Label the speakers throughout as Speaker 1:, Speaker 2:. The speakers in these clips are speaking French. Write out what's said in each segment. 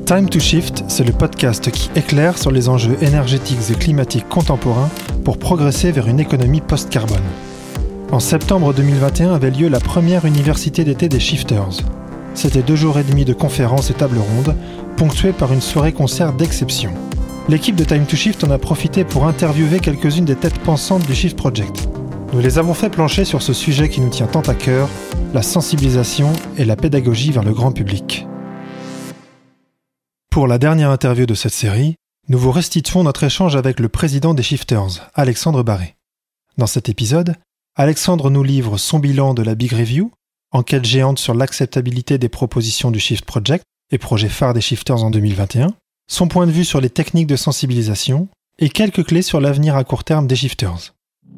Speaker 1: Time to Shift, c'est le podcast qui éclaire sur les enjeux énergétiques et climatiques contemporains pour progresser vers une économie post-carbone. En septembre 2021 avait lieu la première université d'été des Shifters. C'était 2 jours et demi de conférences et tables rondes, ponctuées par une soirée-concert d'exception. L'équipe de Time to Shift en a profité pour interviewer quelques-unes des têtes pensantes du Shift Project. Nous les avons fait plancher sur ce sujet qui nous tient tant à cœur, la sensibilisation et la pédagogie vers le grand public. Pour la dernière interview de cette série, nous vous restituons notre échange avec le président des Shifters, Alexandre Barré. Dans cet épisode, Alexandre nous livre son bilan de la Big Review, enquête géante sur l'acceptabilité des propositions du Shift Project et projet phare des Shifters en 2021, son point de vue sur les techniques de sensibilisation et quelques clés sur l'avenir à court terme des Shifters.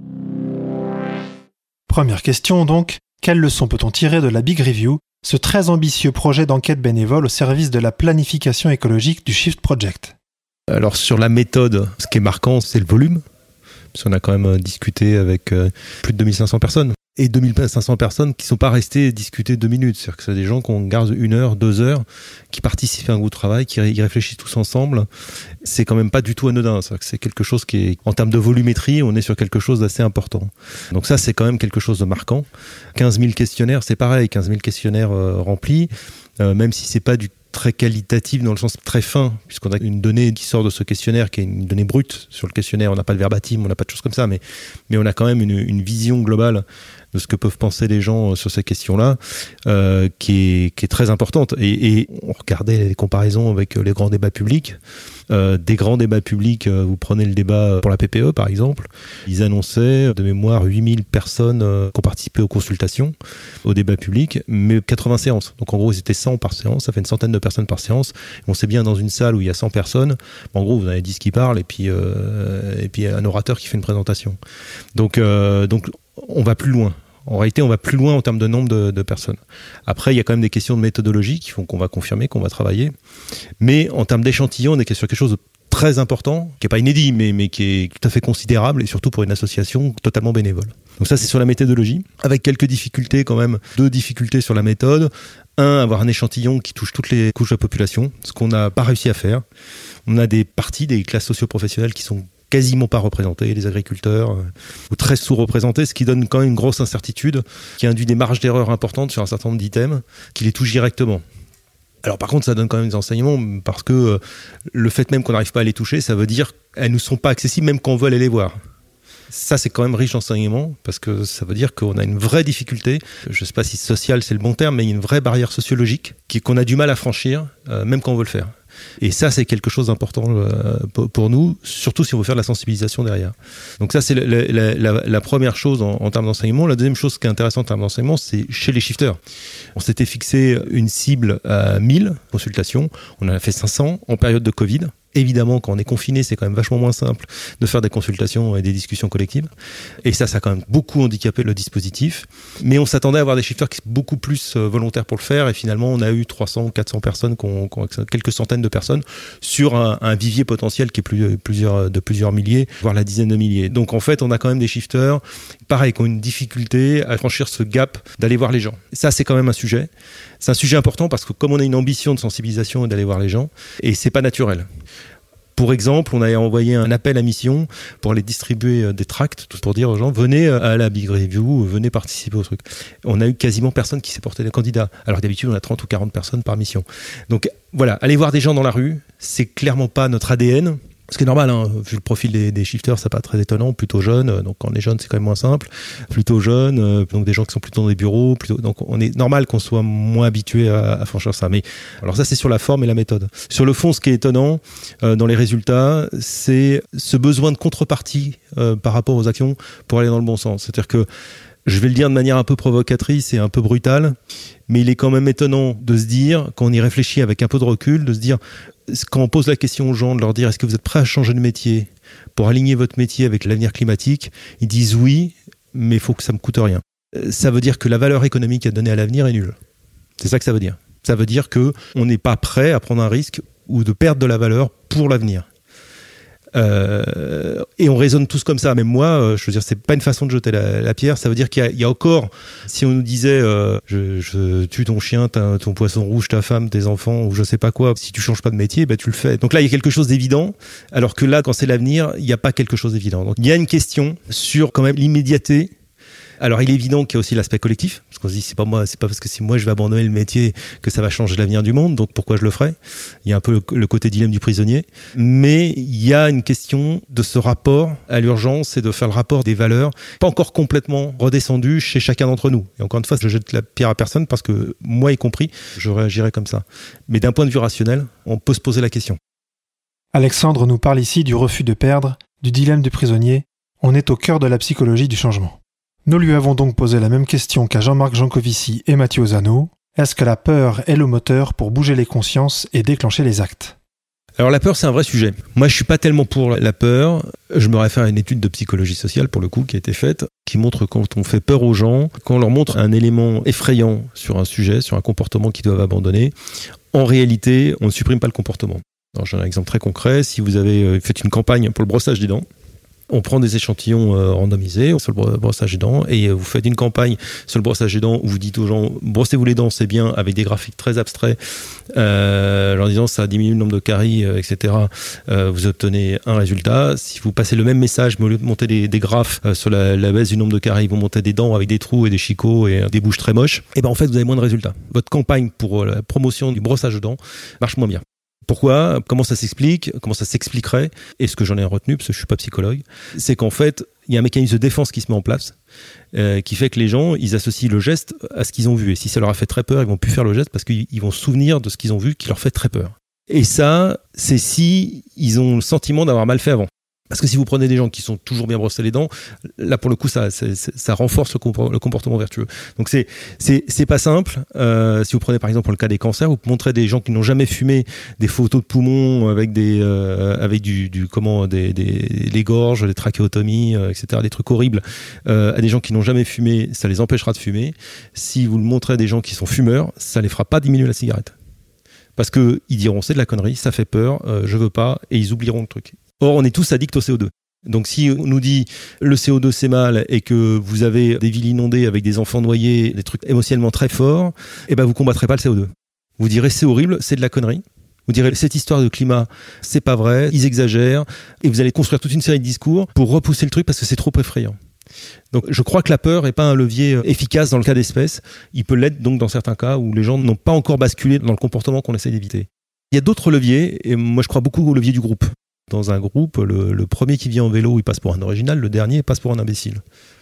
Speaker 1: Première question donc, quelles leçons peut-on tirer de la Big Review, ce très ambitieux projet d'enquête bénévole au service de la planification écologique du Shift Project?
Speaker 2: Alors sur la méthode, ce qui est marquant, c'est le volume, parce qu'on a quand même discuté avec plus de 2500 personnes. Et 2500 personnes qui ne sont pas restées discuter 2 minutes. C'est-à-dire que c'est des gens qu'on garde 1 heure, 2 heures, qui participent à un groupe de travail, qui y réfléchissent tous ensemble. C'est quand même pas du tout anodin. C'est-à-dire que c'est quelque chose qui est, en termes de volumétrie, on est sur quelque chose d'assez important. Donc ça, c'est quand même quelque chose de marquant. 15 000 questionnaires, c'est pareil. 15 000 questionnaires remplis, même si c'est pas du très qualitatif dans le sens très fin, puisqu'on a une donnée qui sort de ce questionnaire, qui est une donnée brute sur le questionnaire. On n'a pas le verbatim, on n'a pas de choses comme ça, mais on a quand même une vision globale de ce que peuvent penser les gens sur ces questions-là, qui est très importante. Et on regardait les comparaisons avec les grands débats publics. Des grands débats publics, vous prenez le débat pour la PPE par exemple, ils annonçaient de mémoire 8000 personnes qui ont participé aux consultations, au débat public, mais 80 séances. Donc en gros, ils étaient 100 par séance, ça fait une centaine de personnes par séance. On sait bien dans une salle où il y a 100 personnes, en gros, vous en avez 10 qui parlent et puis un orateur qui fait une présentation. Donc on va plus loin. En réalité, on va plus loin en termes de nombre de personnes. Après, il y a quand même des questions de méthodologie qui font qu'on va confirmer, qu'on va travailler. Mais en termes d'échantillon, on est sur quelque chose de très important, qui n'est pas inédit, mais qui est tout à fait considérable, et surtout pour une association totalement bénévole. Donc ça, c'est sur la méthodologie, avec quelques difficultés quand même. 2 difficultés sur la méthode. 1, avoir un échantillon qui touche toutes les couches de la population, ce qu'on n'a pas réussi à faire. On a des parties, des classes socio-professionnelles qui sont quasiment pas représentés, les agriculteurs, ou très sous-représentés, ce qui donne quand même une grosse incertitude, qui induit des marges d'erreur importantes sur un certain nombre d'items, qui les touchent directement. Alors par contre, ça donne quand même des enseignements, parce que le fait même qu'on n'arrive pas à les toucher, ça veut dire qu'elles ne sont pas accessibles même quand on veut aller les voir. Ça, c'est quand même riche d'enseignements, parce que ça veut dire qu'on a une vraie difficulté, je ne sais pas si social c'est le bon terme, mais il y a une vraie barrière sociologique qu'on a du mal à franchir, même quand on veut le faire. Et ça, c'est quelque chose d'important pour nous, surtout si on veut faire de la sensibilisation derrière. Donc ça, c'est la première chose en termes d'enseignement. La deuxième chose qui est intéressante en termes d'enseignement, c'est chez les shifters. On s'était fixé une cible à 1000 consultations. On en a fait 500 en période de Covid. Évidemment, quand on est confiné, c'est quand même vachement moins simple de faire des consultations et des discussions collectives. Et ça a quand même beaucoup handicapé le dispositif. Mais on s'attendait à avoir des shifters qui sont beaucoup plus volontaires pour le faire. Et finalement, on a eu 300 ou 400 personnes, quelques centaines de personnes, sur un vivier potentiel qui est de plusieurs milliers, voire la dizaine de milliers. Donc en fait, on a quand même des shifters, pareil, qui ont une difficulté à franchir ce gap d'aller voir les gens. Ça, c'est quand même un sujet. C'est un sujet important parce que comme on a une ambition de sensibilisation et d'aller voir les gens, et c'est pas naturel. Pour exemple, on a envoyé un appel à mission pour aller distribuer des tracts pour dire aux gens, venez à la Big Review, venez participer au truc. On a eu quasiment personne qui s'est porté des candidats. Alors d'habitude, on a 30 ou 40 personnes par mission. Donc voilà, aller voir des gens dans la rue, c'est clairement pas notre ADN. Ce qui est normal, hein, vu le profil des shifters, c'est pas très étonnant, plutôt jeunes, donc quand on est jeune, c'est quand même moins simple, plutôt jeunes, donc des gens qui sont plutôt dans des bureaux, donc on est normal qu'on soit moins habitué à franchir ça. Mais alors ça, c'est sur la forme et la méthode. Sur le fond, ce qui est étonnant dans les résultats, c'est ce besoin de contrepartie par rapport aux actions pour aller dans le bon sens. C'est-à-dire que, je vais le dire de manière un peu provocatrice et un peu brutale, mais il est quand même étonnant de se dire, quand on y réfléchit avec un peu de recul, de se dire, quand on pose la question aux gens, de leur dire est-ce que vous êtes prêts à changer de métier pour aligner votre métier avec l'avenir climatique, ils disent oui, mais il faut que ça me coûte rien. Ça veut dire que la valeur économique à donner à l'avenir est nulle. C'est ça que ça veut dire. Ça veut dire qu'on n'est pas prêt à prendre un risque ou de perdre de la valeur pour l'avenir. Et on raisonne tous comme ça. Même moi, je veux dire, c'est pas une façon de jeter la pierre. Ça veut dire qu'il y a encore, si on nous disait, je tue ton chien, ton poisson rouge, ta femme, tes enfants, ou je sais pas quoi, si tu changes pas de métier, tu le fais. Donc là, il y a quelque chose d'évident. Alors que là, quand c'est l'avenir, il n'y a pas quelque chose d'évident. Donc il y a une question sur quand même l'immédiateté. Alors, il est évident qu'il y a aussi l'aspect collectif, parce qu'on se dit, c'est pas parce que si moi je vais abandonner le métier que ça va changer l'avenir du monde, donc pourquoi je le ferais? Il y a un peu le côté dilemme du prisonnier. Mais il y a une question de ce rapport à l'urgence et de faire le rapport des valeurs, pas encore complètement redescendu chez chacun d'entre nous. Et encore une fois, je jette la pierre à personne parce que moi y compris, je réagirais comme ça. Mais d'un point de vue rationnel, on peut se poser la question.
Speaker 1: Alexandre nous parle ici du refus de perdre, du dilemme du prisonnier. On est au cœur de la psychologie du changement. Nous lui avons donc posé la même question qu'à Jean-Marc Jancovici et Mathieu Ozano. Est-ce que la peur est le moteur pour bouger les consciences et déclencher les actes ?
Speaker 2: Alors la peur, c'est un vrai sujet. Moi, je suis pas tellement pour la peur. Je me réfère à une étude de psychologie sociale, pour le coup, qui a été faite, qui montre quand on fait peur aux gens, quand on leur montre un élément effrayant sur un sujet, sur un comportement qu'ils doivent abandonner, en réalité, on ne supprime pas le comportement. Alors, j'ai un exemple très concret. Si vous avez fait une campagne pour le brossage des dents, on prend des échantillons randomisés sur le brossage des dents et vous faites une campagne sur le brossage des dents où vous dites aux gens brossez-vous les dents, c'est bien, avec des graphiques très abstraits, en disant ça diminue le nombre de caries, etc. Vous obtenez un résultat. Si vous passez le même message, mais au lieu de monter des graphes sur la baisse du nombre de caries, vous montez des dents avec des trous et des chicots et des bouches très moches, et en fait vous avez moins de résultats. Votre campagne pour la promotion du brossage de dents marche moins bien. Pourquoi ? Comment ça s'explique ? Comment ça s'expliquerait ? Et ce que j'en ai retenu, parce que je ne suis pas psychologue, c'est qu'en fait, il y a un mécanisme de défense qui se met en place, qui fait que les gens, ils associent le geste à ce qu'ils ont vu. Et si ça leur a fait très peur, ils vont plus faire le geste parce qu'ils vont se souvenir de ce qu'ils ont vu qui leur fait très peur. Et ça, c'est si ils ont le sentiment d'avoir mal fait avant. Parce que si vous prenez des gens qui sont toujours bien brossés les dents, là pour le coup ça renforce le comportement vertueux. Donc c'est pas simple. Si vous prenez par exemple pour le cas des cancers, vous montrez des gens qui n'ont jamais fumé des photos de poumons avec des gorges, des trachéotomies, etc. Des trucs horribles à des gens qui n'ont jamais fumé, ça les empêchera de fumer. Si vous le montrez à des gens qui sont fumeurs, ça les fera pas diminuer la cigarette. Parce que ils diront c'est de la connerie, ça fait peur, je veux pas, et ils oublieront le truc. Or, on est tous addicts au CO2. Donc, si on nous dit le CO2 c'est mal et que vous avez des villes inondées avec des enfants noyés, des trucs émotionnellement très forts, vous combattrez pas le CO2. Vous direz c'est horrible, c'est de la connerie. Vous direz cette histoire de climat, c'est pas vrai, ils exagèrent. Et vous allez construire toute une série de discours pour repousser le truc parce que c'est trop effrayant. Donc, je crois que la peur n'est pas un levier efficace dans le cas d'espèce. Il peut l'être donc dans certains cas où les gens n'ont pas encore basculé dans le comportement qu'on essaie d'éviter. Il y a d'autres leviers et moi je crois beaucoup au levier du groupe. Dans un groupe, le premier qui vient en vélo, il passe pour un original, le dernier passe pour un imbécile.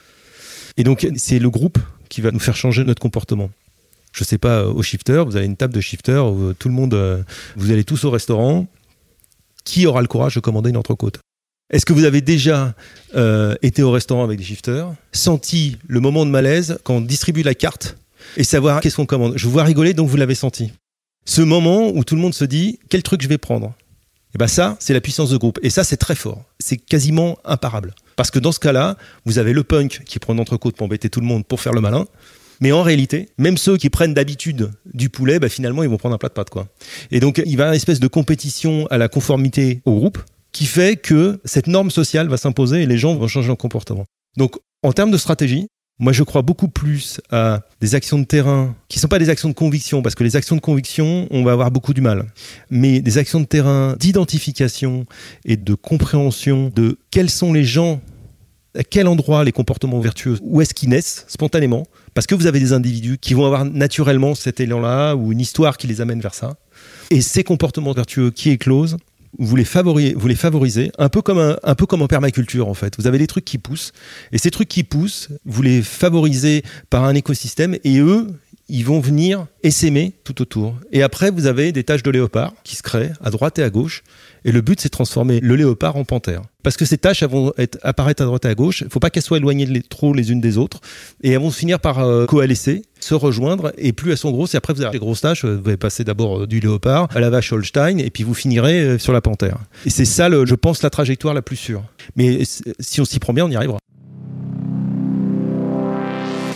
Speaker 2: Et donc, c'est le groupe qui va nous faire changer notre comportement. Je sais pas, au shifter, vous avez une table de shifter où tout le monde, vous allez tous au restaurant. Qui aura le courage de commander une entrecôte ? Est-ce que vous avez déjà été au restaurant avec des shifters, senti le moment de malaise quand on distribue la carte et savoir qu'est-ce qu'on commande ? Je vous vois rigoler, donc vous l'avez senti. Ce moment où tout le monde se dit, quel truc je vais prendre ? Et ça, c'est la puissance de groupe. Et ça, c'est très fort. C'est quasiment imparable. Parce que dans ce cas-là, vous avez le punk qui prend une entrecôte pour embêter tout le monde, pour faire le malin. Mais en réalité, même ceux qui prennent d'habitude du poulet, finalement, ils vont prendre un plat de pâtes, quoi. Et donc, il va y avoir une espèce de compétition à la conformité au groupe qui fait que cette norme sociale va s'imposer et les gens vont changer leur comportement. Donc, en termes de stratégie, moi, je crois beaucoup plus à des actions de terrain qui ne sont pas des actions de conviction, parce que les actions de conviction, on va avoir beaucoup du mal. Mais des actions de terrain d'identification et de compréhension de quels sont les gens, à quel endroit les comportements vertueux, où est-ce qu'ils naissent spontanément, parce que vous avez des individus qui vont avoir naturellement cet élan-là ou une histoire qui les amène vers ça. Et ces comportements vertueux qui éclosent, vous les favorisez, un peu comme en permaculture en fait. Vous avez des trucs qui poussent, et ces trucs qui poussent, vous les favorisez par un écosystème, et eux, ils vont venir essaimer tout autour. Et après, vous avez des taches de léopard qui se créent à droite et à gauche, et le but, c'est de transformer le léopard en panthère. Parce que ces taches, elles vont apparaître à droite et à gauche, il ne faut pas qu'elles soient éloignées trop les unes des autres, et elles vont finir par coalescer, se rejoindre, et plus elles sont grosses, et après vous avez les grosses taches, vous allez passer d'abord du léopard à la vache Holstein, et puis vous finirez sur la panthère. Et c'est ça, je pense, la trajectoire la plus sûre. Mais si on s'y prend bien, on y arrivera.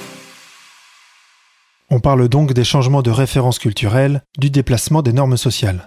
Speaker 1: On parle donc des changements de référence culturelle, du déplacement des normes sociales.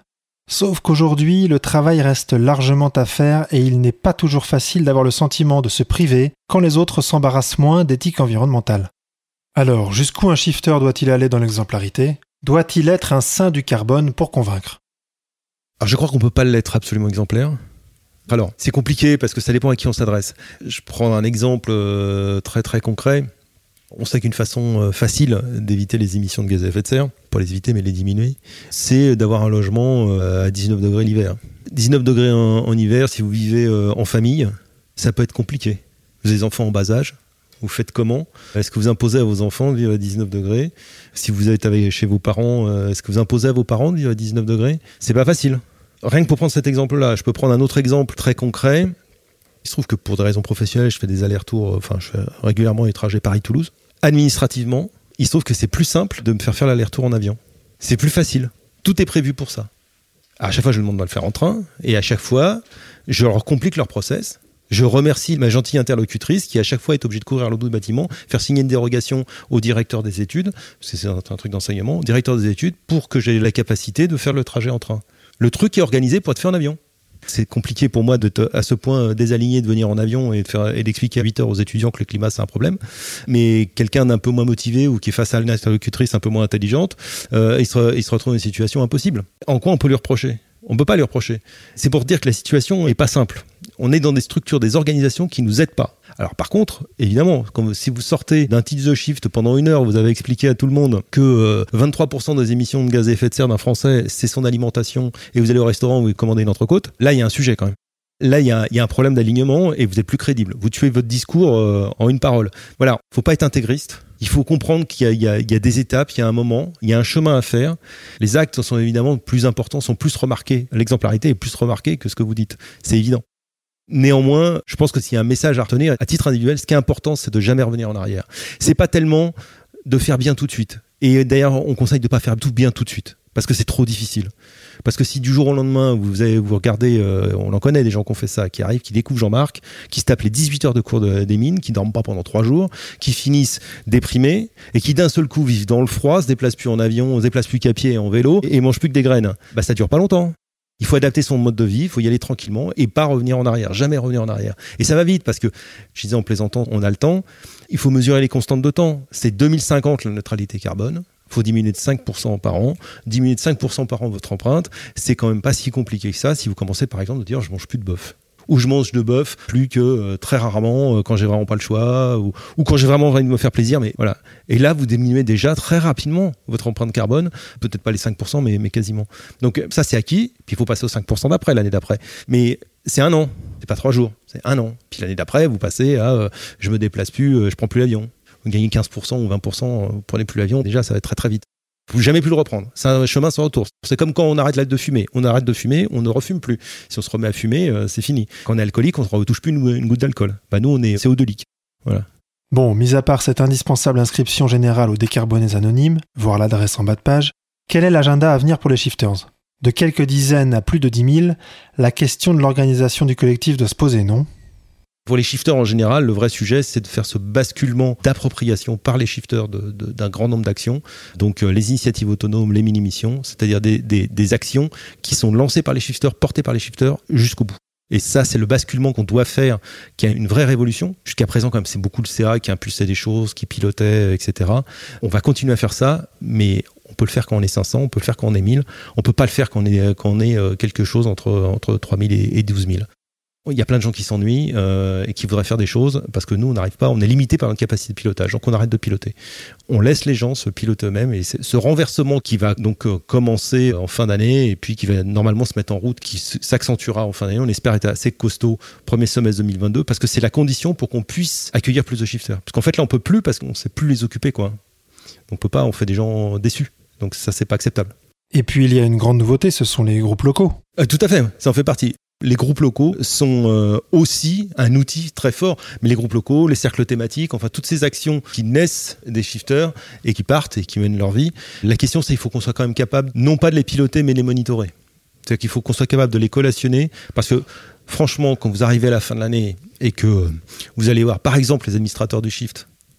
Speaker 1: Sauf qu'aujourd'hui, le travail reste largement à faire et il n'est pas toujours facile d'avoir le sentiment de se priver quand les autres s'embarrassent moins d'éthique environnementale. Alors, jusqu'où un shifter doit-il aller dans l'exemplarité ? Doit-il être un saint du carbone pour convaincre ?
Speaker 2: Alors je crois qu'on ne peut pas l'être absolument exemplaire. Alors, c'est compliqué parce que ça dépend à qui on s'adresse. Je prends un exemple très très concret. On sait qu'une façon facile d'éviter les émissions de gaz à effet de serre, pas les éviter mais les diminuer, c'est d'avoir un logement à 19 degrés l'hiver. 19 degrés en hiver, si vous vivez en famille, ça peut être compliqué. Vous avez des enfants en bas âge, vous faites comment ? Est-ce que vous imposez à vos enfants de vivre à 19 degrés ? Si vous êtes chez vos parents, est-ce que vous imposez à vos parents de vivre à 19 degrés ? C'est pas facile. Rien que pour prendre cet exemple-là, je peux prendre un autre exemple très concret. Il se trouve que pour des raisons professionnelles, je fais des allers-retours, je fais régulièrement les trajets Paris-Toulouse. Administrativement, il se trouve que c'est plus simple de me faire l'aller-retour en avion. C'est plus facile. Tout est prévu pour ça. À chaque fois, je leur demande de le faire en train. Et à chaque fois, je leur complique leur process. Je remercie ma gentille interlocutrice qui, à chaque fois, est obligée de courir à l'autre bout du bâtiment, faire signer une dérogation au directeur des études, parce que c'est un truc d'enseignement, au directeur des études, pour que j'ai la capacité de faire le trajet en train. Le truc est organisé pour être fait en avion. C'est compliqué pour moi à ce point désaligné de venir en avion et d'expliquer à 8 heures aux étudiants que le climat c'est un problème. Mais quelqu'un d'un peu moins motivé ou qui est face à une interlocutrice un peu moins intelligente, il se retrouve dans une situation impossible. En quoi on peut lui reprocher ? On ne peut pas lui reprocher. C'est pour dire que la situation n'est pas simple. On est dans des structures, des organisations qui ne nous aident pas. Alors par contre, évidemment, si vous sortez d'un Teach the Shift pendant 1 heure, vous avez expliqué à tout le monde que 23% des émissions de gaz à effet de serre d'un Français, c'est son alimentation, et vous allez au restaurant où vous commandez une entrecôte, là il y a un sujet quand même. Là, il y a un problème d'alignement et vous êtes plus crédible. Vous tuez votre discours en une parole. Voilà, faut pas être intégriste. Il faut comprendre qu'il y a des étapes, il y a un moment, il y a un chemin à faire. Les actes sont évidemment plus importants, sont plus remarqués. L'exemplarité est plus remarquée que ce que vous dites. C'est évident. Néanmoins, je pense que s'il y a un message à retenir, à titre individuel, ce qui est important, c'est de jamais revenir en arrière. C'est pas tellement de faire bien tout de suite. Et d'ailleurs, on conseille de pas faire tout bien tout de suite. Parce que c'est trop difficile. Parce que si du jour au lendemain, vous regardez, on en connaît des gens qui ont fait ça, qui arrivent, qui découvrent Jean-Marc, qui se tapent les 18 heures de cours des mines, qui dorment pas pendant 3 jours, qui finissent déprimés, et qui d'un seul coup vivent dans le froid, se déplacent plus en avion, se déplacent plus qu'à pied et en vélo, et mangent plus que des graines. Bah, ça dure pas longtemps. Il faut adapter son mode de vie, il faut y aller tranquillement, et pas revenir en arrière, jamais revenir en arrière. Et ça va vite, parce que, je disais en plaisantant, on a le temps, il faut mesurer les constantes de temps. C'est 2050 la neutralité carbone. Il faut diminuer de 5% par an. Diminuer de 5% par an votre empreinte, c'est quand même pas si compliqué que ça si vous commencez par exemple de dire je mange plus de bœuf. Ou je mange de bœuf plus que très rarement quand j'ai vraiment pas le choix ou quand j'ai vraiment envie de me faire plaisir. Mais voilà. Et là, vous diminuez déjà très rapidement votre empreinte carbone. Peut-être pas les 5%, mais quasiment. Donc ça, c'est acquis. Puis il faut passer aux 5% d'après, l'année d'après. Mais c'est 1 an. C'est pas 3 jours. C'est 1 an. Puis l'année d'après, vous passez à je me déplace plus, je prends plus l'avion. Vous gagnez 15% ou 20%, vous prenez plus l'avion, déjà ça va être très très vite. Vous ne jamais plus le reprendre. C'est un chemin sans retour. C'est comme quand on arrête de fumer. On arrête de fumer, on ne refume plus. Si on se remet à fumer, c'est fini. Quand on est alcoolique, on ne retouche plus une goutte d'alcool. Bah nous, on est CO2-lique. Voilà.
Speaker 1: Bon, mis à part cette indispensable inscription générale aux décarbonés anonymes, voire l'adresse en bas de page, quel est l'agenda à venir pour les shifters ? De quelques dizaines à plus de 10 000, la question de l'organisation du collectif doit se poser, non ?
Speaker 2: Pour les shifters en général, le vrai sujet, c'est de faire ce basculement d'appropriation par les shifters d'un grand nombre d'actions. Donc les initiatives autonomes, les mini-missions, c'est-à-dire des actions qui sont lancées par les shifters, portées par les shifters jusqu'au bout. Et ça, c'est le basculement qu'on doit faire, qui a une vraie révolution. Jusqu'à présent, quand même, c'est beaucoup le CA qui impulsait des choses, qui pilotait, etc. On va continuer à faire ça, mais on peut le faire quand on est 500, on peut le faire quand on est 1000. On peut pas le faire quand on est quelque chose entre 3000 et 12 000. Il y a plein de gens qui s'ennuient et qui voudraient faire des choses parce que nous, on n'arrive pas, on est limité par notre capacité de pilotage, donc on arrête de piloter. On laisse les gens se piloter eux-mêmes et c'est ce renversement qui va donc commencer en fin d'année et puis qui va normalement se mettre en route, qui s'accentuera en fin d'année. On espère être assez costaud premier semestre 2022 parce que c'est la condition pour qu'on puisse accueillir plus de shifters. Parce qu'en fait, là, on peut plus parce qu'on ne sait plus les occuper, quoi. On peut pas, on fait des gens déçus. Donc ça, c'est pas acceptable.
Speaker 1: Et puis, il y a une grande nouveauté, ce sont les groupes locaux.
Speaker 2: Tout à fait, ça en fait partie. Les groupes locaux sont aussi un outil très fort, mais les groupes locaux, les cercles thématiques, enfin toutes ces actions qui naissent des shifters et qui partent et qui mènent leur vie, la question c'est qu'il faut qu'on soit quand même capable, non pas de les piloter, mais de les monitorer. C'est-à-dire qu'il faut qu'on soit capable de les collationner, parce que franchement, quand vous arrivez à la fin de l'année et que vous allez voir, par exemple, les administrateurs du shift,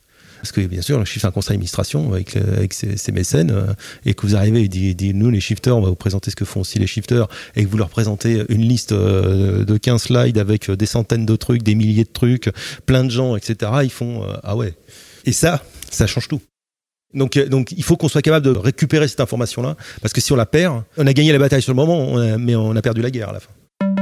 Speaker 2: Parce que bien sûr, le shift, c'est un conseil d'administration avec ses mécènes, et que vous arrivez et dites, nous les shifters, on va vous présenter ce que font aussi les shifters, et que vous leur présentez une liste de 15 slides avec des centaines de trucs, des milliers de trucs, plein de gens, etc. Ils font ah ouais. Et ça change tout. Donc il faut qu'on soit capable de récupérer cette information-là, parce que si on la perd, on a gagné la bataille sur le moment, mais on a perdu la guerre à la fin.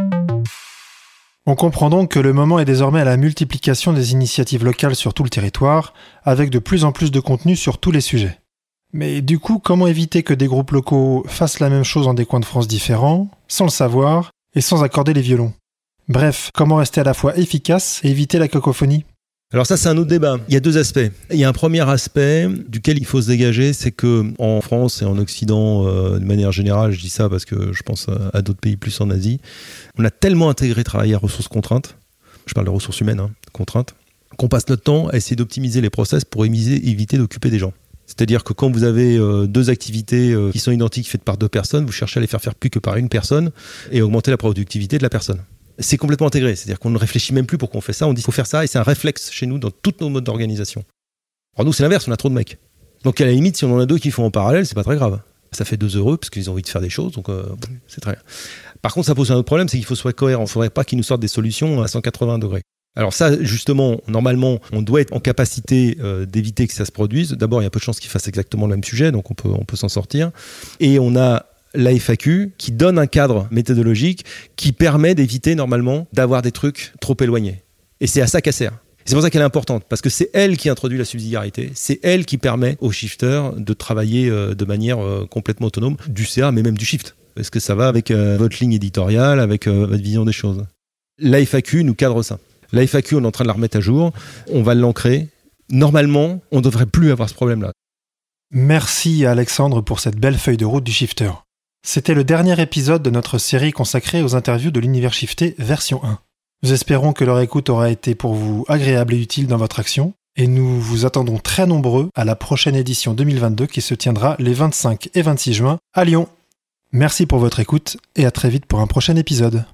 Speaker 1: On comprend donc que le moment est désormais à la multiplication des initiatives locales sur tout le territoire, avec de plus en plus de contenu sur tous les sujets. Mais du coup, comment éviter que des groupes locaux fassent la même chose dans des coins de France différents, sans le savoir, et sans accorder les violons ? Bref, comment rester à la fois efficace et éviter la cacophonie ?
Speaker 2: Alors ça, c'est un autre débat. Il y a deux aspects. Il y a un premier aspect duquel il faut se dégager, c'est que en France et en Occident, de manière générale, je dis ça parce que je pense à d'autres pays plus en Asie, on a tellement intégré travailler à ressources contraintes, je parle de ressources humaines, contraintes, qu'on passe notre temps à essayer d'optimiser les process pour éviter d'occuper des gens. C'est-à-dire que quand vous avez deux activités qui sont identiques faites par deux personnes, vous cherchez à les faire plus que par une personne et augmenter la productivité de la personne. C'est complètement intégré, c'est-à-dire qu'on ne réfléchit même plus pourquoi on fait ça, on dit qu'il faut faire ça, et c'est un réflexe chez nous dans tous nos modes d'organisation. Alors nous, c'est l'inverse, on a trop de mecs. Donc à la limite, si on en a deux qui font en parallèle, c'est pas très grave. Ça fait 2 heureux, parce qu'ils ont envie de faire des choses, donc c'est très bien. Par contre, ça pose un autre problème, c'est qu'il faut soit cohérent. Il ne faudrait pas qu'ils nous sortent des solutions à 180 degrés. Alors ça, justement, normalement, on doit être en capacité d'éviter que ça se produise. D'abord, il y a peu de chances qu'ils fassent exactement le même sujet, donc on peut s'en sortir. Et on a la FAQ qui donne un cadre méthodologique qui permet d'éviter normalement d'avoir des trucs trop éloignés. Et c'est à ça qu'elle sert. C'est pour ça qu'elle est importante, parce que c'est elle qui introduit la subsidiarité, c'est elle qui permet aux shifters de travailler de manière complètement autonome, du CA, mais même du shift. Parce que ça va avec votre ligne éditoriale, avec votre vision des choses. La FAQ nous cadre ça. La FAQ, on est en train de la remettre à jour, on va l'ancrer. Normalement, on ne devrait plus avoir ce problème-là.
Speaker 1: Merci à Alexandre pour cette belle feuille de route du shifter. C'était le dernier épisode de notre série consacrée aux interviews de l'univers shifté version 1. Nous espérons que leur écoute aura été pour vous agréable et utile dans votre action, et nous vous attendons très nombreux à la prochaine édition 2022 qui se tiendra les 25 et 26 juin à Lyon. Merci pour votre écoute et à très vite pour un prochain épisode.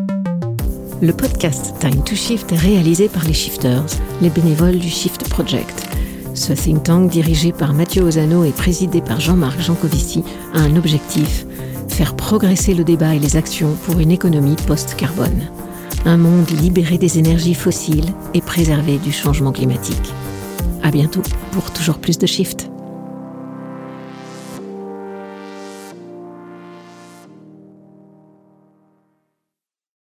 Speaker 3: Le podcast Time to Shift est réalisé par les Shifters, les bénévoles du Shift Project. Ce think tank dirigé par Mathieu Ozano et présidé par Jean-Marc Jancovici a un objectif, faire progresser le débat et les actions pour une économie post-carbone. Un monde libéré des énergies fossiles et préservé du changement climatique. À bientôt pour toujours plus de Shift.